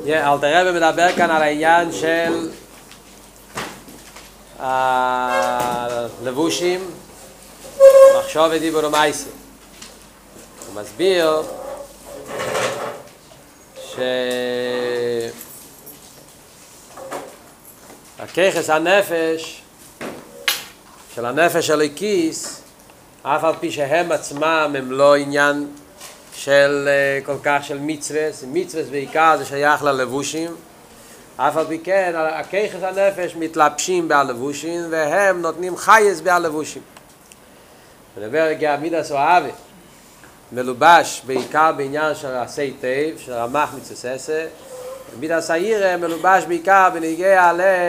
אלתר רבי מדבר כאן על העניין של הלבושים, מחשוב ודיבור ומעשה. הוא מסביר שהכיחס הנפש של הנפש הלוקיס, אף על פי שהם עצמם הם לא עניין של כל כך של מצווה בעיקר זה שייך ללבושים, אף על פי כן הכיחס הנפש מתלבשים בהלבושים והם נותנים חייס בהלבושים. מדבר גם מידס או אהבה מלובש בעיקר בעניין של עשי טוב, של רמ"ח מצוססה, מידס העיר מלובש בעיקר בנגיע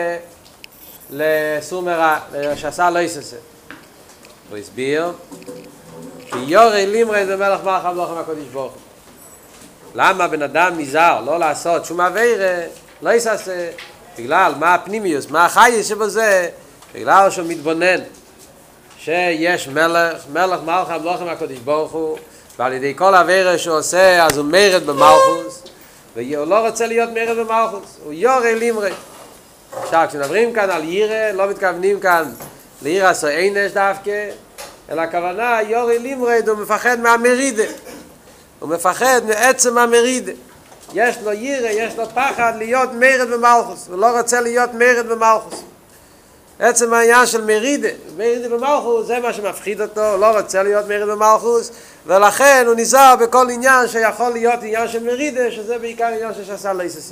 לסומרה, שעשה לא יססה. הוא הסביר כי יורי לימרי זה מלך מלך המלוך מהקודש ברוך הוא. למה בן אדם נזהר לא לעשות שום עבירה, לא יססה? בגלל מה הפנימיוס, מה החייס שבזה? בגלל שהוא מתבונן שיש מלך מלך המלוך מהקודש ברוך הוא, ועל ידי כל עבירה שהוא עושה אז הוא מרד במלכוס, והוא לא רוצה להיות מרד במלכוס, הוא יורי לימרי. עכשיו כשנדברים כאן על ירא לא מתכוונים כאן לירא סוענש דווקא, אלא הכוונה יורי לימרד, הוא מפחד מהמרידה, הוא מפחד מעצם המרידה. יש לו ירא, יש לו פחד להיות מרד במלכוס, הוא לא רוצה להיות מרד במלכוס. עצם העניין של מרידה במלכוס זה מה שמפחיד אותו, הוא לא רוצה להיות מרד במלכוס, ולכן הוא נזהר בכל עניין שיכול להיות עניין של מרידה, שזה בעיקר עניין שעשה לא יססה.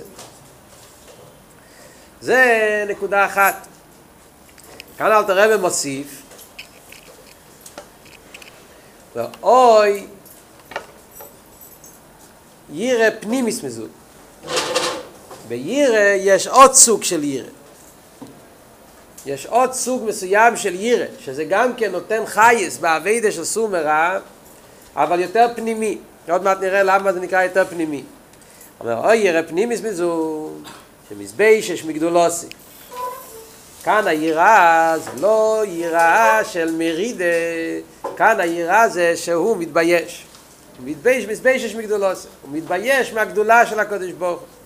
זה נקודה אחת. כאן אלתר רבי מוסיף ואוי ירא פנימיס מזו. בירא יש עוד סוג של ירא, יש עוד סוג מסוים של ירא שזה גם כן נותן חייס בעבודה של סומרה, אבל יותר פנימי. עוד מעט נראה למה זה נקרא יותר פנימי. אומר אוי ירא פנימיס מזו שמזבש מגדולוסי. כאן היראה זה לא יראה של מרידה, כאן היראה זה שהוא מתבייש. הוא מתבייש מגדולוסי, הוא מתבייש מהגדולה של הקדוש ברוך הוא.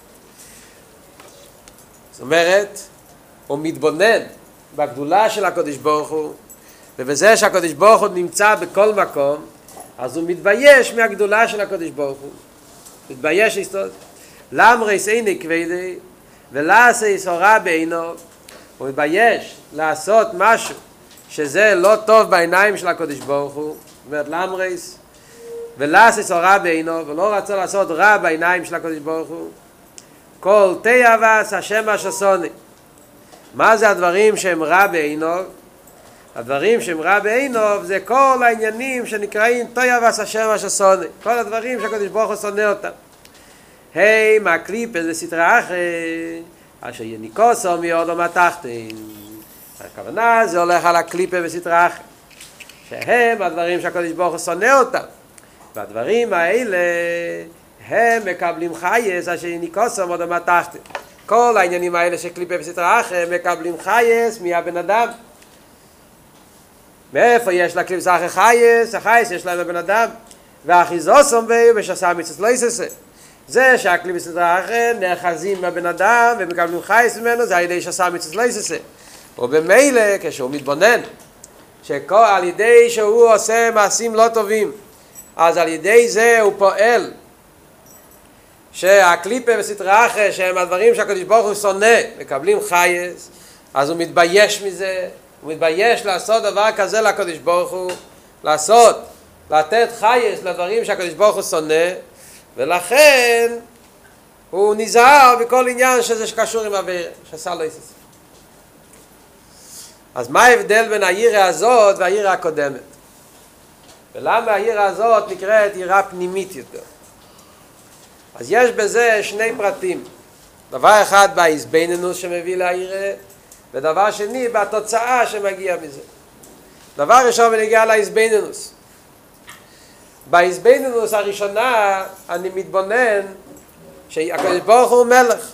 זאת אומרת, הוא מתבונן בגדולה של הקדוש ברוך הוא, ובזה שהקדוש ברוך הוא נמצא בכל מקום, אז הוא מתבייש מהגדולה של הקדוש ברוך הוא. מתבייש להסתות. למרס איני כבדי ולעשה יסורה בעינו, הוא מתבייש לעשות משהו שזה לא טוב בעיניים של הקדוש ברוך הוא. זאת אומרת למרס ולעשה יסורה בעינו, ולא רצה לעשות רע בעיניים של הקדוש ברוך הוא. כל תיאבס השם השסוני. מה זה הדברים שהם רע בעינו? הדברים שהם רע בעינו זה כל העניינים שנקראים תיאבס השם השסוני, כל הדברים שהקדוש ברוך הוא שונא אותם. היי מהקליפס בסתרה אחרי אשר יניקוסו מאודום התחתן. הכוונה זה הולך על הקליפה בסתרה אחרי שהם הדברים שהקדוש ברוך הוא שונא אותם, והדברים האלה הם מקבלים חייס אשר יניקוסו מאודום התחתן. כל העניינים האלה של קליפה בסתרה אחרי הם מקבלים חייס מהבן אדם. מאיפה יש לה קליפה בסתרה אחרי חייס? החייס יש להם הבן אדם, והאחיזוסום בהו בשעשה מצוות לא יססה. זה שהקליפס האחר נאחזים מהבן אדם ומקבלים חייס ממנו, זה על ידי שעשה מצוות לא יססה. ובמילא כשהוא מתבונן שעל ידי שהוא עושה מעשים לא טובים, אז על ידי זה הוא פועל שהקליפה בסתרה אחר שהם הדברים שהקדוש ברוך הוא שונא מקבלים חייס, אז הוא מתבייש מזה, הוא מתבייש לעשות דבר כזה לקדוש ברוך הוא, לתת חייס לדברים שהקדוש ברוך הוא שונא, ולכן הוא נזהר בכל עניין שזה שקשור עם עבירה, שעשה לא יססה. אז מה ההבדל בין היראה הזאת והיראה הקודמת? ולמה היראה הזאת נקראת יראה פנימית יותר? אז יש בזה שני פרטים. דבר אחד בהסבינינוס שמביא ליראה, ודבר שני בתוצאה שמגיע מזה. דבר ראשון בנגיע להסבינינוס. בהסבינינוס הראשונה אני מתבונן שהקדוש ברוך הוא מלך.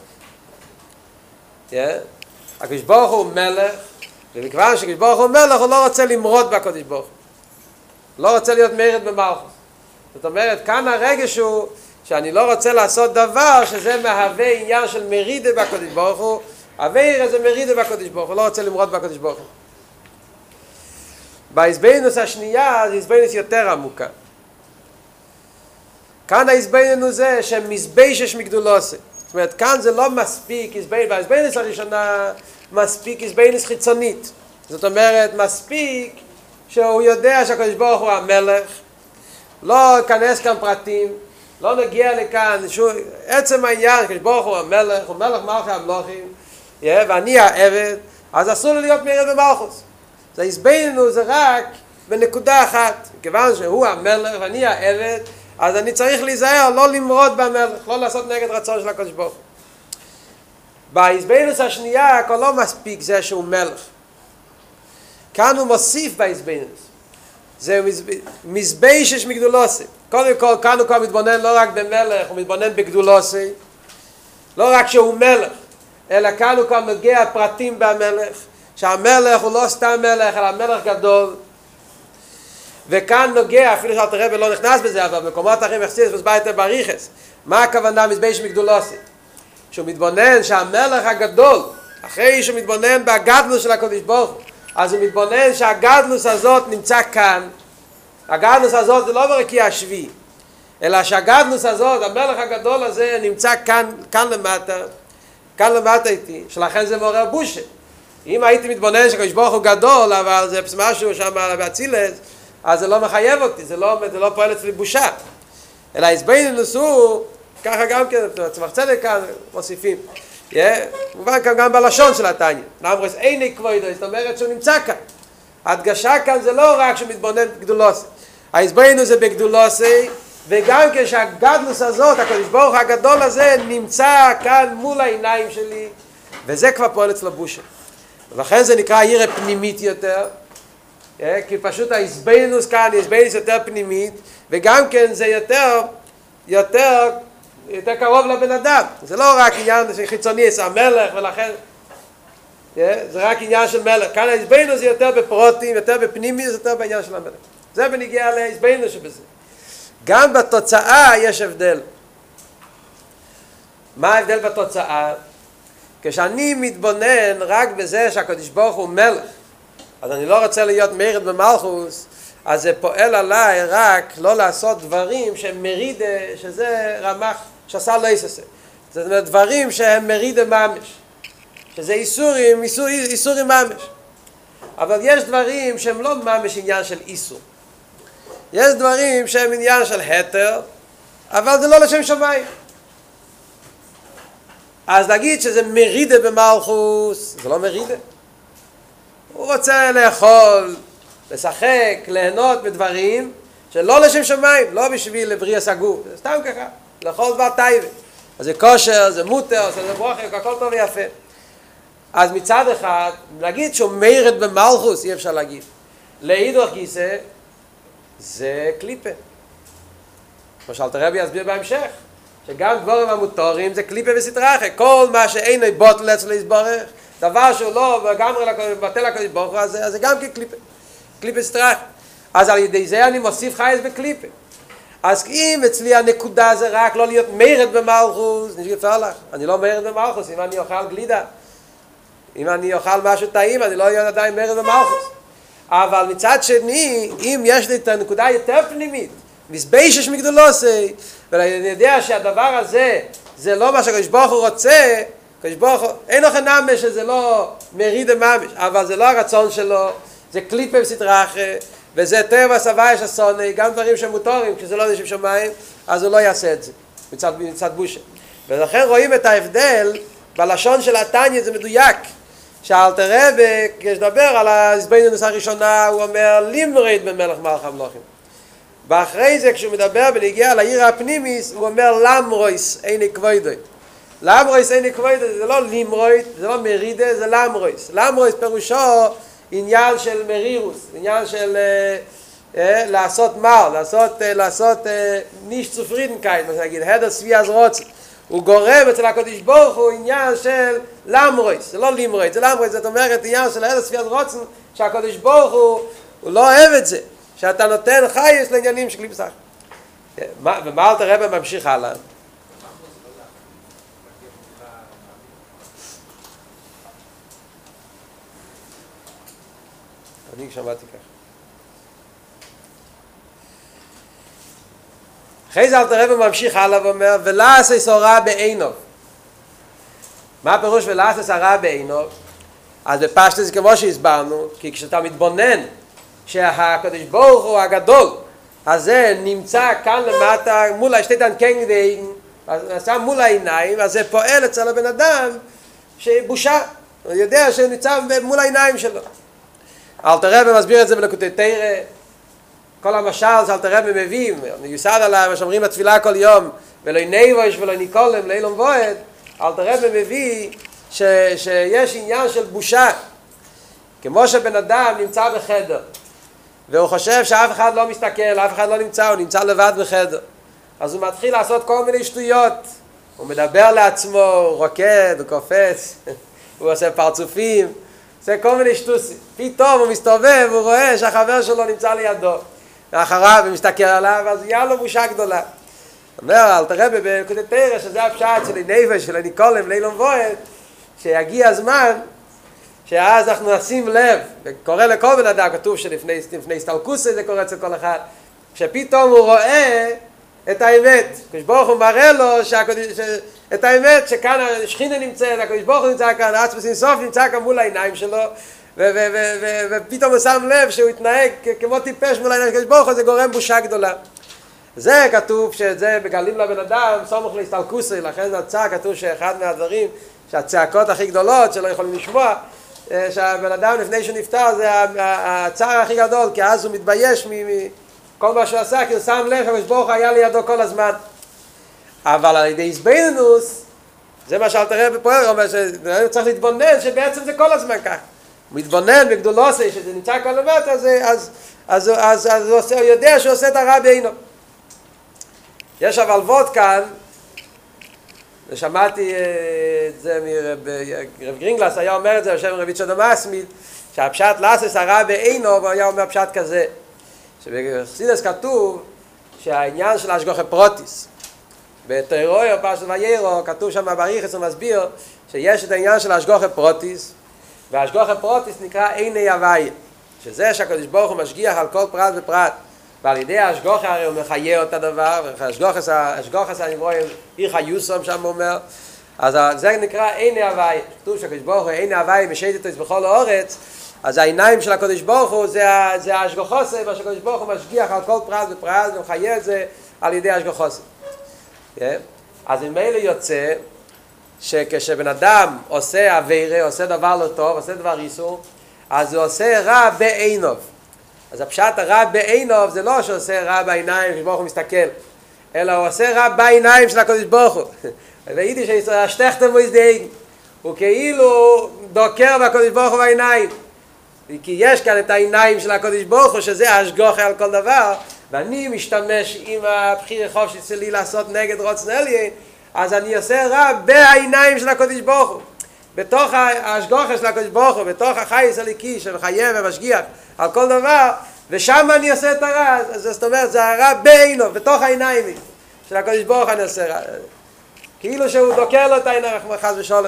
הקדוש ברוך הוא מלך, ומכיוון שהקדוש ברוך הוא מלך הוא לא רוצה למרוד בקדוש ברוך הוא. לא רוצה להיות מרד במלכות. זאת אומרת, כאן הרגש הוא שאני לא רוצה לעשות דבר שזה מהווה עניין של מרידה בקדוש ברוך הוא. אוויר זה מרידה בקדוש ברוך הוא, לא רוצה למרוד בקדוש ברוך הוא. בהסבינוס השנייה זה הסבינוס יותר עמוקה. כאן ההסבינוס זה שמזבשש מגדולוסי. זאת אומרת, כאן זה לא מספיק הסבינוס, בהסבינוס הראשונה מספיק הסבינוס חיצונית. זאת אומרת, מספיק שהוא יודע שהקדוש ברוך הוא המלך, לא יכנס כאן פרטים, לא נגיע לכאן, עצם העניין, הקדוש ברוך הוא המלך, הוא מלך מלכי המלוכים, ואני העבד, אז אסור לי להיות מרד במלכוס. זה הסביננו, זה רק בנקודה אחת. כיוון שהוא המלך ואני העבד, אז אני צריך להיזהר, לא למרוד במלך, לא לעשות נגד רצון של הקדוש ברוך הוא. בהסבינוס השנייה, הכל לא מספיק זה שהוא מלך. כאן הוא מוסיף בהסבינוס. זה מזבשש מגדולוסי. קודם כל, כאן הוא כבר מתבונן לא רק במלך, הוא מתבונן בגדולוסי. לא רק שהוא מלך, אלא כאן הוא כבר מגיע פרטים במלך. שהמלך הוא לא סתם מלך, אלא מלך גדול. וכאן נוגע, אפילו שאלתר רבי לא נכנס בזה, אבל במקומות אחרים יחסית, מוסבר יותר בריחס. מה הכוונה מזבשש מגדולוסי? שהוא מתבונן שהמלך הגדול, אחרי שהוא מתבונן בגדלוס של הקדוש ברוך הוא, אז הוא מתבונן שהגדלוס הזאת נמצא כאן. הגדלוס הזאת זה לא ברקיע השביעי, אלא שהגדלוס הזאת, המלך הגדול הזה, נמצא כאן למטה, כאן למטה איתי, שלכן זה מעורר בושה. אם הייתי מתבונן שהקדוש ברוך הוא גדול, אבל זה משהו שם באצילס, אז זה לא מחייב אותי, זה לא פועל אצלי בושה. אלא הסבינוס הוא, ככה גם כן, צמח צדק כאן מוסיפים. מובן כאן גם בלשון של התניא. נאמרס איני כבודו, זאת אומרת שהוא נמצא כאן. ההדגשה כאן זה לא רק שמתבונן בגדולוסי. ההסבינוס זה בגדולוסי, וגם כשהגדלוס הזאת, הקדוש ברוך הגדול הזה, נמצא כאן מול העיניים שלי, וזה כבר פועל אצלו בושה. ולכן זה נקרא יראה פנימית יותר, כי פשוט ההסבינוס כאן היא הסבינוס יותר פנימית, וגם כן זה יותר קרוב לבן אדם. זה לא רק עניין חיצוני, זה המלך, ולכן זה רק עניין של מלך. כאן ההסבינוס זה יותר בפרוטים, יותר בפנימי, זה יותר בעניין של המלך. זה בנגיע להסבינוס שבזה. גם בתוצאה יש הבדל. מה ההבדל בתוצאה? כשאני מתבונן רק בזה שהקדוש ברוך הוא מלך, אז אני לא רוצה להיות מרד במלכוס, אז זה פועל עליי רק לא לעשות דברים שהם מרידה, שזה רמח, שעשה לא יססה. זאת אומרת, דברים שהם מרידה ממש, שזה איסורים ממש. אבל יש דברים שהם לא ממש עניין של איסור. יש דברים שהם עניין של היתר, אבל זה לא לשם שמיים. אז להגיד שזה מרידה במלכוס, זה לא מרידה. הוא רוצה לאכול, לשחק, ליהנות בדברים שלא לשם שמיים, לא בשביל לבריאה סגור, זה סתם ככה, לאכול דבר טייבה. אז זה כושר, זה מותר, זה ברוכר, הכל טוב ויפה. אז מצד אחד, להגיד שהוא מרד במלכוס, אי אפשר להגיד. להידור גיסא, זה קליפה. כמו שאלתר רבי יסביר בהמשך, שגם דבורים המותרים זה קליפה וסטרחה. כל מה שאינו בוטל אצלו יסבורך, דבר שהוא לא לגמרי בטל הקדוש ברוך הוא, אז זה גם כקליפה. קליפה סטרחה. אז על ידי זה אני מוסיף חייס בקליפה. אז אם אצלי הנקודה זה רק לא להיות מרד במלכוס, נשגפר לך, אני לא מרד במלכוס, אם אני אוכל גלידה, אם אני אוכל משהו טעים, אני לא אהיה עדיין מרד במלכוס. אבל מצד שני, אם יש לי את הנקודה יותר פנימית, מזבשש מגדולוסי, ואני יודע שהדבר הזה, זה לא מה שהקדוש ברוך הוא רוצה, הקדוש ברוך הוא, אין לו חנמה שזה לא מרידה ממש, אבל זה לא הרצון שלו, זה קליפה וסטרחה, וזה טבע סבייש הסוני, גם דברים שמותרים, כשזה לא לשם שמיים, אז הוא לא יעשה את זה, מצד בושה. ולכן רואים את ההבדל, בלשון של התניא זה מדויק, שאלתר רבי, כשדבר על ההסבינוס הראשונה, הוא אומר, לימרד במלך מלך המלוכים. ואחרי זה, כשהוא מדבר בנגיעה לעיר הפנימיס, הוא אומר, למרויס איני כבודוי. למרויס איני כבודוי, זה לא לימרויס, זה לא מרידה, זה למרויס. למרויס פירושו עניין של מרירוס, עניין של לעשות מר, לעשות ניש צופרידנקייט, מה שנגיד, הדר סבי אז רוצה. הוא גורם אצל הקדוש ברוך הוא עניין של למרויס, זה לא לימרויס, זה למרויס, זאת אומרת עניין של הדר סבי אז רוצה, שהקדוש ברוך הוא לא אוהב את זה. שאתה נותן חייס לעניינים של קליפה סטרחה. ומה אלתר רבי ממשיך הלאה? אני שמעתי ככה. אחרי זה אלתר רבי ממשיך הלאה ואומר, ולעשס הרע בעינו. מה הפירוש ולעשס הרע בעינו? אז בפשטות זה כמו שהסברנו, כי כשאתה מתבונן שהקדוש ברוך הוא הגדול, אז זה נמצא כאן למטה, מול השתיתן קנגדין, מול העיניים, אז זה פועל אצל הבן אדם שבושה, הוא יודע שהוא נמצא מול העיניים שלו. אלתר רבי מסביר את זה בליקוטי תורה, כל המשל שאלתר רבי מביא, מיוסד עליו, מה שאומרים בתפילה כל יום, ולא נבוש ולא ניקולם, לאילום ועד, אלתר רבי מביא שיש עניין של בושה, כמו שבן אדם נמצא בחדר, והוא חושב שאף אחד לא מסתכל, אף אחד לא נמצא, הוא נמצא לבד בחדר, אז הוא מתחיל לעשות כל מיני שטויות, הוא מדבר לעצמו, הוא רוקד, הוא קופץ, הוא עושה פרצופים, עושה כל מיני שטוסים. פתאום הוא מסתובב, הוא רואה שהחבר שלו נמצא לידו, ואחריו הוא מסתכל עליו, אז יהיה לו בושה גדולה. אומר, אלתר רבי בליקוטי תורה, שזה הפשט של נבוש, של ניקולם, לאילום ועד, שיגיע הזמן, שאז אנחנו נשים לב, וקורא לכל בן אדם, כתוב שלפני הסתלקוסי זה קורה אצל כל אחד, שפתאום הוא רואה את האמת, הקדוש ברוך הוא מראה לו את האמת, שכאן השכינה נמצאת, הקדוש ברוך הוא נמצא כאן, עצמוס אינסוף נמצא כאן מול העיניים שלו, ופתאום הוא שם לב שהוא התנהג כמו טיפש מול העיניים של הקדוש ברוך הוא, זה גורם בושה גדולה. זה כתוב שזה בגלים לבן אדם, סמוך להסתלקוסי, לכן זה הצעה, כתוב שאחד מהדברים, שהצעקות הכי גדולות שלא יכולים לשמוע, שהבן אדם לפני שהוא נפטר זה הצער הכי גדול, כי אז הוא מתבייש מכל מה שהוא עשה, כי הוא שם לב שהקדוש ברוך הוא היה לידו כל הזמן. אבל על ידי הסבינינוס, זה מה שאלתר רבי פועל, הוא אומר שצריך להתבונן שבעצם זה כל הזמן כך. הוא מתבונן בגדולוסי שזה נמצא כל למטה, אז הוא יודע שהוא עושה את הרע בעינו. יש אבל ווד כאן, ושמעתי את זה מרב גרינגלס, היה אומר את זה בשם רבי צ'ודה מסמיד, שהפשט לעשס הרע בעינו, הוא היה אומר פשט כזה, שבחסידס כתוב שהעניין של השגחה פרוטיס, בתורה או פרשת ויירו, כתוב שם בריחס ומסביר שיש את העניין של השגחה פרוטיס, והשגחה פרוטיס נקרא עיני הוויה, שזה שהקדוש ברוך הוא משגיח על כל פרט ופרט, ועל ידי ההשגחה הרי הוא מחיה את הדבר, ההשגחה אני רואה עיר חיוסום שם אומר, אז זה נקרא עיני הוויה, כתוב שהקדוש ברוך הוא עיני הוויה משייט אותו בכל הארץ, אז העיניים של הקדוש ברוך הוא זה ההשגחוסה, מה שהקדוש ברוך הוא משגיח על כל פרט ופרט, ומחיה את זה על ידי ההשגחוסה. אז ממילא יוצא שכשבן אדם עושה עבירה, עושה דבר לא טוב, עושה דבר איסור, אז הוא עושה רע בעינוב. אז הפשט הרע בעינוב זה לא שעושה רע בעיניים כשברוך הוא מסתכל, אלא הוא עושה רע בעיניים של הקדוש ברוך הוא. ביידיש השטחתם הוא הזדהים, הוא כאילו דוקר בקדוש ברוך הוא בעיניים, כי יש כאן את העיניים של הקדוש ברוך הוא שזה ההשגחה על כל דבר, ואני משתמש עם הבחיר חופשי שלי לעשות נגד רוצן עליין, אז אני עושה רע בעיניים של הקדוש ברוך הוא, בתוך ההשגחה של הקדוש ברוך הוא, בתוך החייס הליקי שמחיה ומשגיח על כל דבר, ושם אני עושה את הרע. אז זאת אומרת, זה הרע בעינו, בתוך העיניים של הקדוש ברוך אני עושה רע, כאילו שהוא דוקר לו את העיניים, חס ושלום.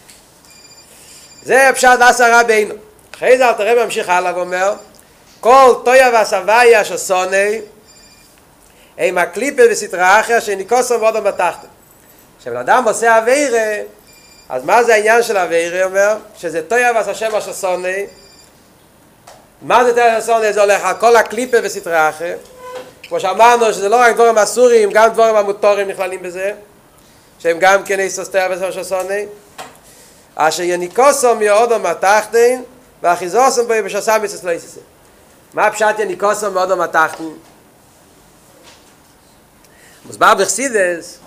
זה פשט עשה רע בעינו. אחרי זה אלתר רבי ממשיך הלאה ואומר, כל טויה והסביה ששונא הם הקליפה בסתרא אחרא שניקוסו מאודם בתחתון. כשבן אדם עושה עבירה, אז מה זה העניין של עבירה? אומר שזה טויה והשם ששונא. מה זה טויה והשונא? זה הולך על כל הקליפה בסתרא אחרא, כמו שאמרנו שזה לא רק דברים אסורים, גם דברים המותרים נכללים בזה, שהם גם כן איסוס טויה והשם ששונא, אשר יניקוסו מאודם בתחתון ואחיזוסם בו בשסם מצווה ישראל. מה הפשט יניקוסו מאודם בתחתון? מוסבר בחסידס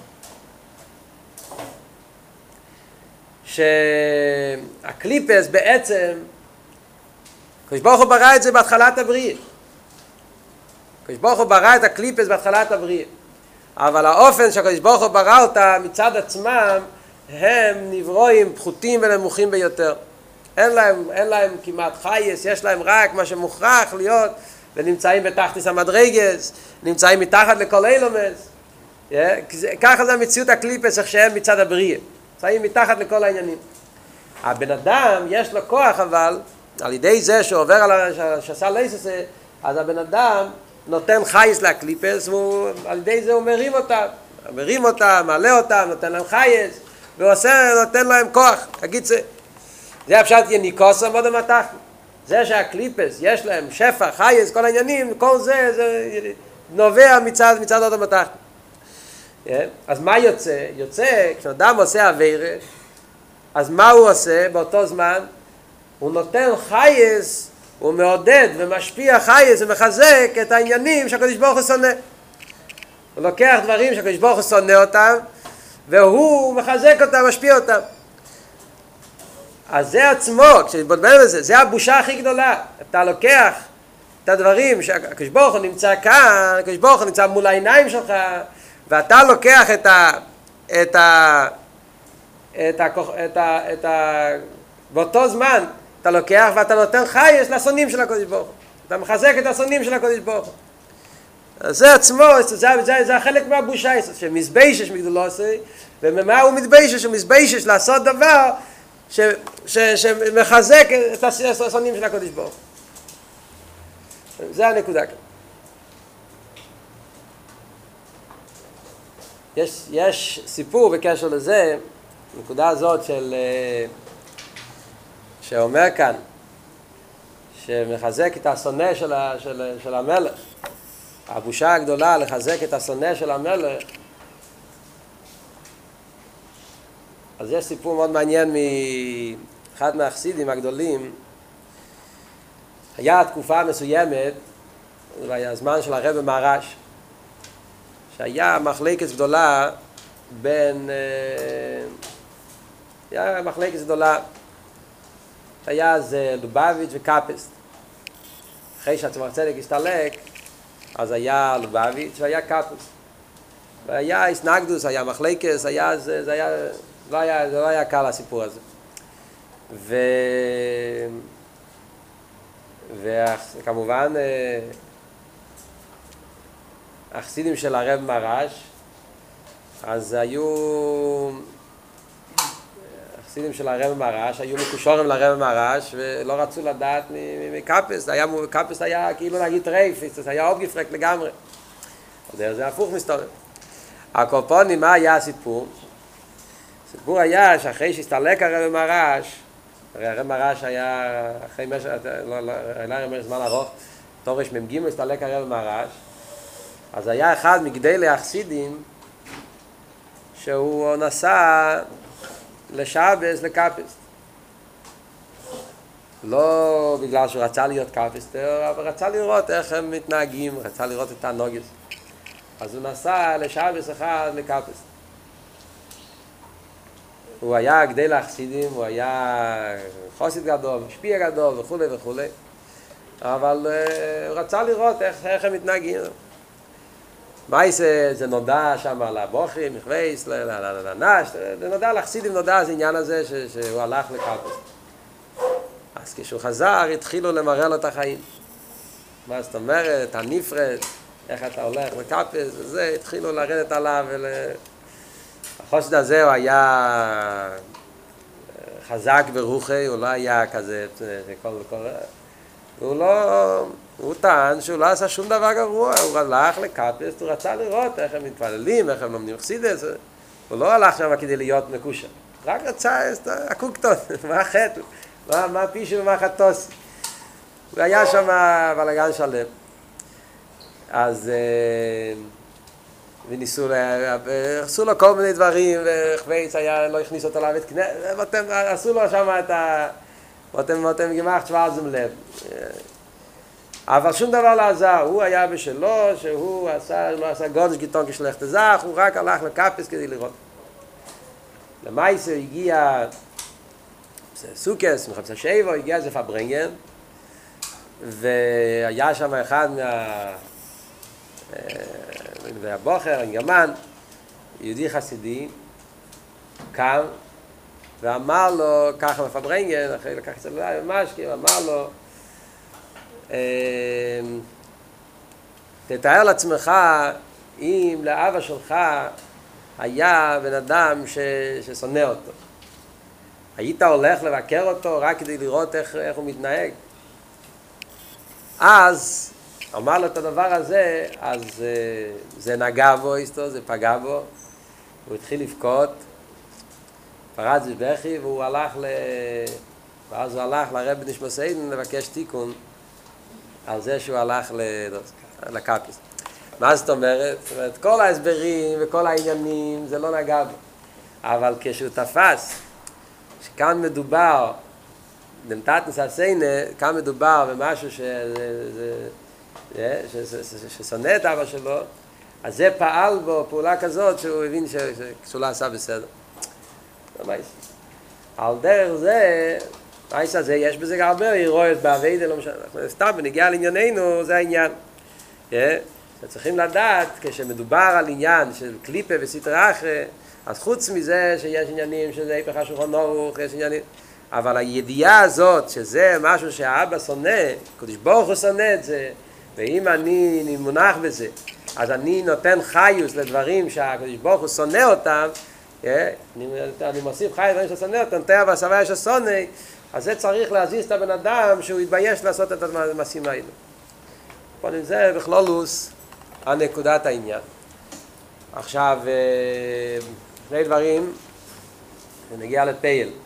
שהקליפס בעצם הקדוש ברוך הוא ברא את זה בהתחלת הבריאה. הקדוש ברוך הוא ברא את הקליפס בהתחלת הבריאה, אבל האופן שהקדוש ברוך הוא ברא אותה מצד עצמם הם נברואים פחותים ונמוכים ביותר. אין להם כמעט חייס, יש להם רק מה שמוכרח להיות ונמצאים בתחתיס המדרגס, נמצאים מתחת לכל אילומס. ככה זה המציאות הקליפס, איך שהם מצד הבריאה. נמצאים מתחת לכל העניינים. הבן אדם, יש לו כוח אבל, על ידי זה שעובר על השסה לייסס, אז הבן אדם נותן חייס לקליפס, ועל ידי זה הוא מרים אותם, מעלה אותם, נותן להם חייס, נותן להם כוח. תגיד זה אפשר תהיה ניקוסה מאוד המתח. זה שהקליפס יש להם שפע, חייס, כל העניינים, כל זה נובע מצד עוד המתח. אז מה יוצא? יוצא, כשאדם עושה עבירה, אז מה הוא עושה באותו זמן? הוא נותן חייס, הוא מעודד ומשפיע חייס ומחזק את העניינים שהקדוש ברוך הוא שונא. הוא לוקח דברים שהקדוש ברוך הוא שונא אותם, והוא מחזק אותם, משפיע אותם. אז זה עצמו, כשנתבונן בזה, זה הבושה הכי גדולה. אתה לוקח את הדברים שהקדוש ברוך הוא נמצא כאן, הקדוש ברוך הוא נמצא מול העיניים שלך, ואתה לוקח באותו זמן אתה לוקח ואתה נותן חייס לשונאים של הקדוש ברוך הוא. אתה מחזק את השונאים של הקדוש ברוך הוא. זה עצמו, זה החלק מהבושה, שמזביישש מגדולוסי, וממה הוא מתביישש? הוא מתביישש לעשות דבר שמחזק את השונאים של הקדוש ברוך הוא. זה הנקודה כאן. יש סיפור בקשר לזה, נקודה הזאת שאומר כאן, שמחזק את השונא של המלך. הבושה הגדולה לחזק את השונא של המלך. אז יש סיפור מאוד מעניין מאחד מהחסידים הגדולים. היה תקופה מסוימת, זה היה הזמן של הרב מהר"ש, שהיה מחלקת גדולה היה מחלקת גדולה, היה אז לובביץ' וקאפסט. אחרי שהצמח צדק הסתלק, אז היה לובביץ' והיה קאפסט. והיה איסנגדוס, היה מחלקת, לא היה קל הסיפור הזה. וכמובן, החסידים של הרב מהר"ש, אז החסידים של הרב מהר"ש היו מקושרים לרב מהר"ש ולא רצו לדעת מקאפסט. קאפסט היה כאילו להגיד רייף, זה היה עוד גפרק לגמרי. זה הפוך מסתובב. הקופונים, מה היה הסיפור? הסיפור היה שאחרי שהסתלק הרב מהר"ש, הרי הרב מהר"ש היה אחרי זמן ארוך, תורש מ"ג הסתלק הרב מהר"ש, אז היה אחד מגדלי החסידים שהוא נסע לשבס לקאפסט. לא בגלל שהוא רצה להיות קאפסטר, אבל רצה לראות איך הם מתנהגים, רצה לראות את הנוגס. אז הוא נסע לשבס אחד לקאפסט. הוא היה גדל החסידים, הוא היה חסיד גדול, משפיע גדול וכו' וכו'. אבל הוא רצה לראות איך הם מתנהגים. מה זה נודע שם על הבוכרים, מחוויס, לנש, זה נודע לחסידים, נודע זה עניין הזה שהוא הלך לקאפסט. אז כשהוא חזר, התחילו למראה לו את החיים. מה זאת אומרת, הנפרד, איך אתה הולך לקאפסט, וזה, התחילו לרדת עליו. החסיד הזה הוא היה חזק ברוחי, הוא לא היה כזה, הוא טען שהוא לא עשה שום דבר גרוע, הוא הלך לקאפסט, הוא רצה לראות איך הם מתפללים, איך הם לומדים חסידות, הוא לא הלך שם כדי להיות מקושר, רק רצה הקוקטות, מה החטא, מה פישו ומה חטוס. הוא היה שם בלגן שלם. אז עשו לו כל מיני דברים, וחוויץ לא הכניס אותו לבית כנסת, עשו לו שם את ואתם גמח שוואזם לב. אבל שום דבר לא עזר, הוא היה בשלו, שהוא לא עשה גודש גיטון כשלכת זך, הוא רק הלך לקאפס כדי לראות. למעשה הגיע סוכס, מחפש השבע, הגיע איזה פברנגן, והיה שם אחד והבוחר, ימן, יהודי חסידי, קם ואמר לו, ככה מפברנגן, אחרי לקח את זה ממש, אמר לו, תתאר לעצמך אם לאבא שלך היה בן אדם ששונא אותו. היית הולך לבקר אותו רק כדי לראות איך הוא מתנהג? אז אמר לו את הדבר הזה, אז זה נגע בו, זה פגע בו, הוא התחיל לבכות, פרץ בבכי, ואז הוא הלך לרב נשמוסיין לבקש תיקון על זה שהוא הלך לקאפיס. מה זאת אומרת? זאת אומרת, כל ההסברים וכל העניינים זה לא נגע בו, אבל כשהוא תפס שכאן מדובר במתתנס הסיינה, כאן מדובר במשהו ששונא את אבא שלו, אז זה פעל בו פעולה כזאת שהוא הבין שהוא לא עשה בסדר. על דרך זה, האיש הזה, יש בזה הרבה הירויות בעבודה, לא משנה, סתם בנגיע לענייננו, זה העניין. צריכים לדעת, כשמדובר על עניין של קליפה וסטרא אחרא, אז חוץ מזה שיש עניינים שזה היפך השולחן ערוך, יש עניינים, אבל הידיעה הזאת שזה משהו שהאבא שונא, הקדוש ברוך הוא שונא את זה, ואם אני מונח בזה, אז אני נותן חיוס לדברים שהקדוש ברוך הוא שונא אותם, אני מוסיף חי לדברים ששונא אותם, תהיה והסבה יש השונא, אז זה צריך להזיז את הבן אדם שהוא יתבייש לעשות את המעשים האלו. אבל עם זה בכלולוס הנקודת העניין. עכשיו, שני דברים, נגיע לפייל.